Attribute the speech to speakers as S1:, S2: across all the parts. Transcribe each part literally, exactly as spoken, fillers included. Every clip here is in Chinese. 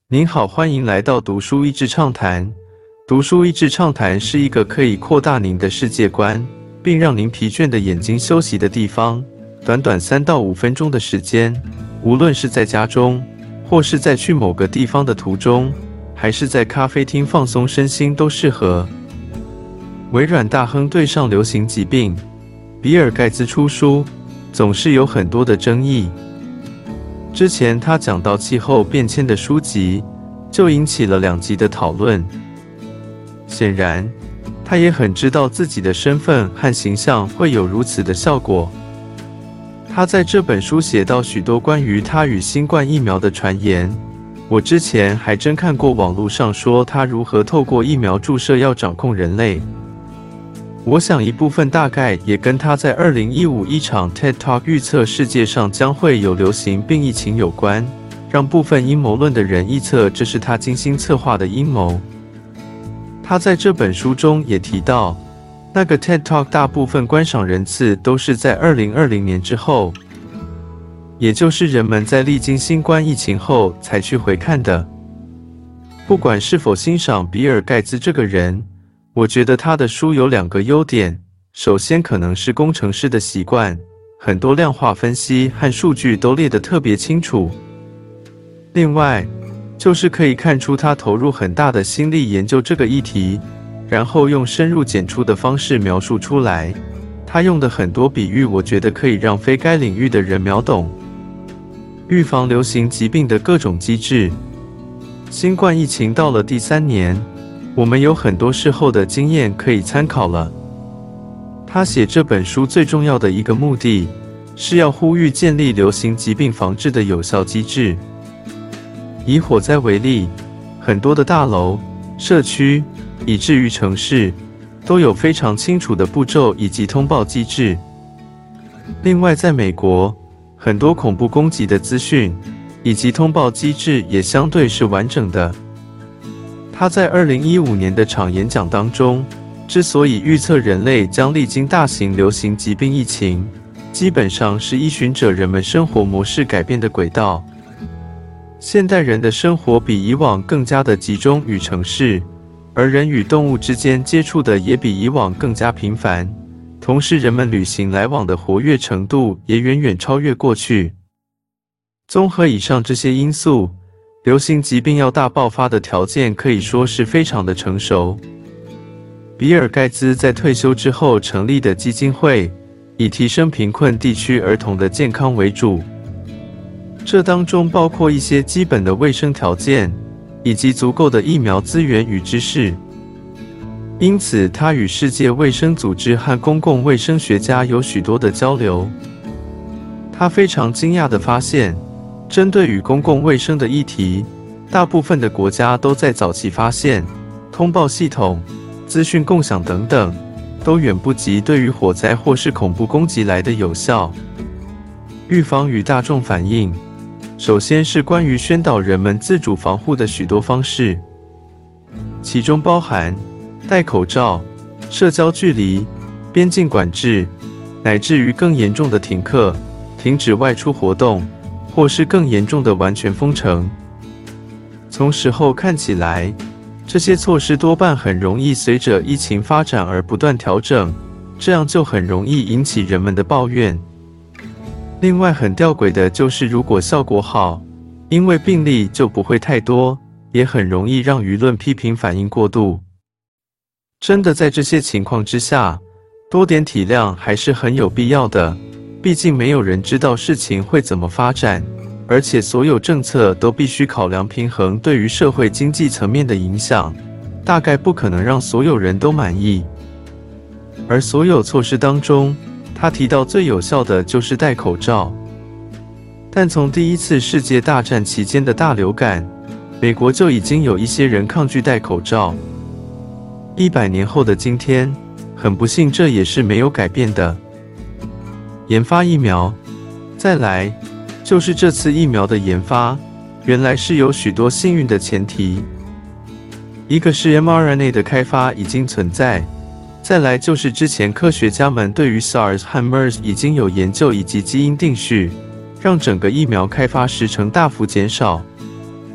S1: 您好，欢迎来到读书益智畅谈。读书益智畅谈是一个可以扩大您的世界观，并让您疲倦的眼睛休息的地方。短短三到五分钟的时间，无论是在家中，或是在去某个地方的途中，还是在咖啡厅放松身心都适合。微软大亨对上流行疾病，比尔盖茨出书，总是有很多的争议。之前他讲到气候变迁的书籍，就引起了两极的讨论。显然，他也很知道自己的身份和形象会有如此的效果。他在这本书写到许多关于他与新冠疫苗的传言。我之前还真看过网络上说他如何透过疫苗注射药掌控人类。我想一部分大概也跟他在二零一五一场 TED Talk 预测世界上将会有流行病疫情有关，让部分阴谋论的人臆测这是他精心策划的阴谋。他在这本书中也提到，那个 TED Talk 大部分观赏人次都是在二零二零年之后，也就是人们在历经新冠疫情后才去回看的。不管是否欣赏比尔盖茨这个人，我觉得他的书有两个优点。首先可能是工程师的习惯，很多量化分析和数据都列得特别清楚。另外，就是可以看出他投入很大的心力研究这个议题，然后用深入简出的方式描述出来。他用的很多比喻，我觉得可以让非该领域的人秒懂。预防流行疾病的各种机制。新冠疫情到了第三年，我们有很多事后的经验可以参考了。他写这本书最重要的一个目的，是要呼吁建立流行疾病防治的有效机制。以火灾为例，很多的大楼、社区，以至于城市，都有非常清楚的步骤以及通报机制。另外，在美国，很多恐怖攻击的资讯以及通报机制也相对是完整的。他在二零一五年的场演讲当中，之所以预测人类将历经大型流行疾病疫情，基本上是依循着人们生活模式改变的轨道。现代人的生活比以往更加的集中与城市，而人与动物之间接触的也比以往更加频繁，同时人们旅行来往的活跃程度也远远超越过去。综合以上这些因素，流行疾病要大爆发的条件可以说是非常的成熟。比尔盖茨在退休之后成立的基金会，以提升贫困地区儿童的健康为主，这当中包括一些基本的卫生条件，以及足够的疫苗资源与知识。因此，他与世界卫生组织和公共卫生学家有许多的交流。他非常惊讶地发现，针对于公共卫生的议题，大部分的国家都在早期发现、通报系统、资讯共享等等，都远不及对于火灾或是恐怖攻击来的有效。预防与大众反应，首先是关于宣导人们自主防护的许多方式，其中包含戴口罩、社交距离、边境管制，乃至于更严重的停课、停止外出活动，或是更严重的完全封城。从时候看起来，这些措施多半很容易随着疫情发展而不断调整，这样就很容易引起人们的抱怨。另外很吊诡的就是，如果效果好，因为病例就不会太多，也很容易让舆论批评反应过度。真的在这些情况之下，多点体谅还是很有必要的，毕竟没有人知道事情会怎么发展，而且所有政策都必须考量平衡对于社会经济层面的影响，大概不可能让所有人都满意。而所有措施当中，他提到最有效的就是戴口罩。但从第一次世界大战期间的大流感，美国就已经有一些人抗拒戴口罩。一百年后的今天，很不幸这也是没有改变的。研发疫苗，再来就是这次疫苗的研发，原来是有许多幸运的前提。一个是 M R N A 的开发已经存在，再来就是之前科学家们对于 SARS 和 MERS 已经有研究以及基因定序，让整个疫苗开发时程大幅减少。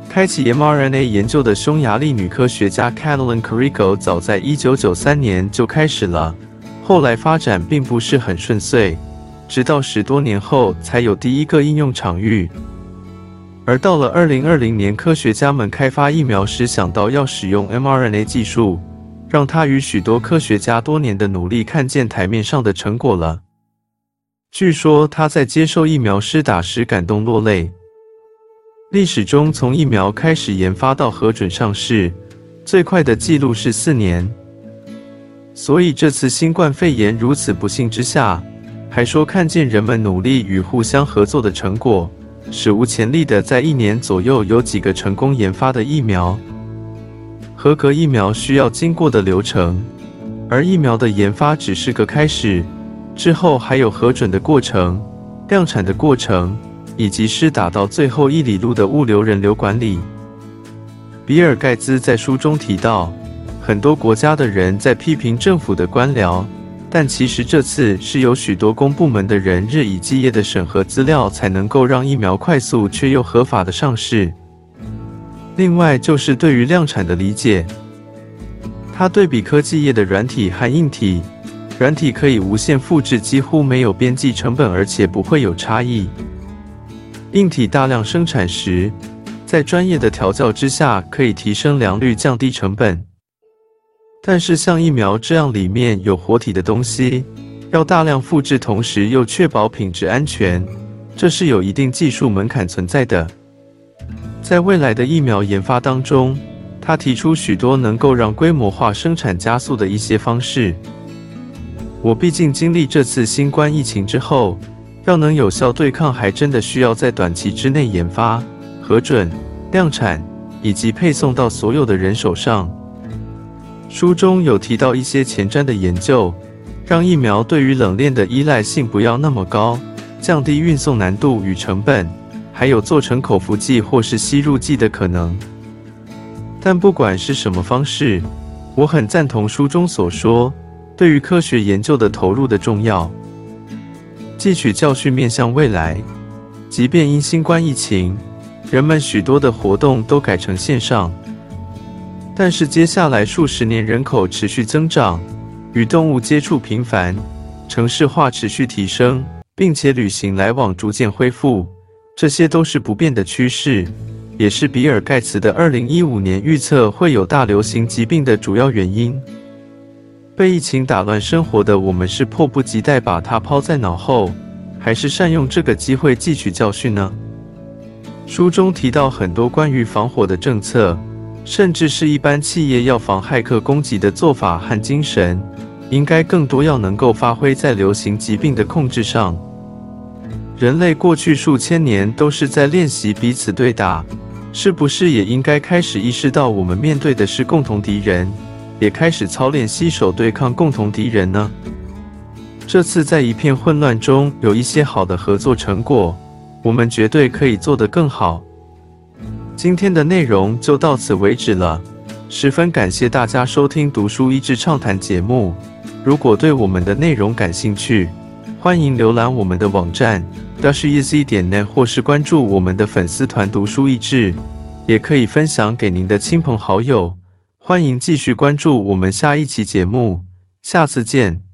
S1: 开启 M R N A 研究的匈牙利女科学家 Katalin Karikó 早在一九九三年就开始了，后来发展并不是很顺遂，直到十多年后才有第一个应用场域。而到了二零二零年，科学家们开发疫苗时想到要使用 M R N A 技术，让他与许多科学家多年的努力看见台面上的成果了。据说他在接受疫苗施打时感动落泪。历史中从疫苗开始研发到核准上市，最快的记录是四年。所以这次新冠肺炎如此不幸之下，还说看见人们努力与互相合作的成果，史无前例的在一年左右有几个成功研发的疫苗。合格疫苗需要经过的流程，而疫苗的研发只是个开始，之后还有核准的过程、量产的过程，以及施打到最后一里路的物流人流管理。比尔·盖茨在书中提到，很多国家的人在批评政府的官僚，但其实这次是有许多公部门的人日以继夜的审核资料，才能够让疫苗快速却又合法的上市。另外就是对于量产的理解，他对比科技业的软体和硬体，软体可以无限复制，几乎没有边际成本，而且不会有差异。硬体大量生产时，在专业的调教之下，可以提升良率，降低成本。但是像疫苗这样里面有活体的东西，要大量复制，同时又确保品质安全，这是有一定技术门槛存在的。在未来的疫苗研发当中，他提出许多能够让规模化生产加速的一些方式。我毕竟经历这次新冠疫情之后，要能有效对抗，还真的需要在短期之内研发、核准、量产以及配送到所有的人手上。书中有提到一些前瞻的研究，让疫苗对于冷链的依赖性不要那么高，降低运送难度与成本，还有做成口服剂或是吸入剂的可能。但不管是什么方式，我很赞同书中所说，对于科学研究的投入的重要。汲取教训，面向未来，即便因新冠疫情，人们许多的活动都改成线上，但是接下来数十年人口持续增长，与动物接触频繁，城市化持续提升，并且旅行来往逐渐恢复，这些都是不变的趋势，也是比尔·盖茨的二零一五年预测会有大流行疾病的主要原因。被疫情打乱生活的我们，是迫不及待把它抛在脑后，还是善用这个机会汲取教训呢？书中提到很多关于防火的政策，甚至是一般企业要防骇客攻击的做法和精神，应该更多要能够发挥在流行疾病的控制上。人类过去数千年都是在练习彼此对打，是不是也应该开始意识到我们面对的是共同敌人，也开始操练携手对抗共同敌人呢？这次在一片混乱中有一些好的合作成果，我们绝对可以做得更好。今天的内容就到此为止了，十分感谢大家收听读书益智畅谈节目。如果对我们的内容感兴趣，欢迎浏览我们的网站 dash e z 点 net 或是关注我们的粉丝团读书益智，也可以分享给您的亲朋好友。欢迎继续关注我们下一期节目，下次见。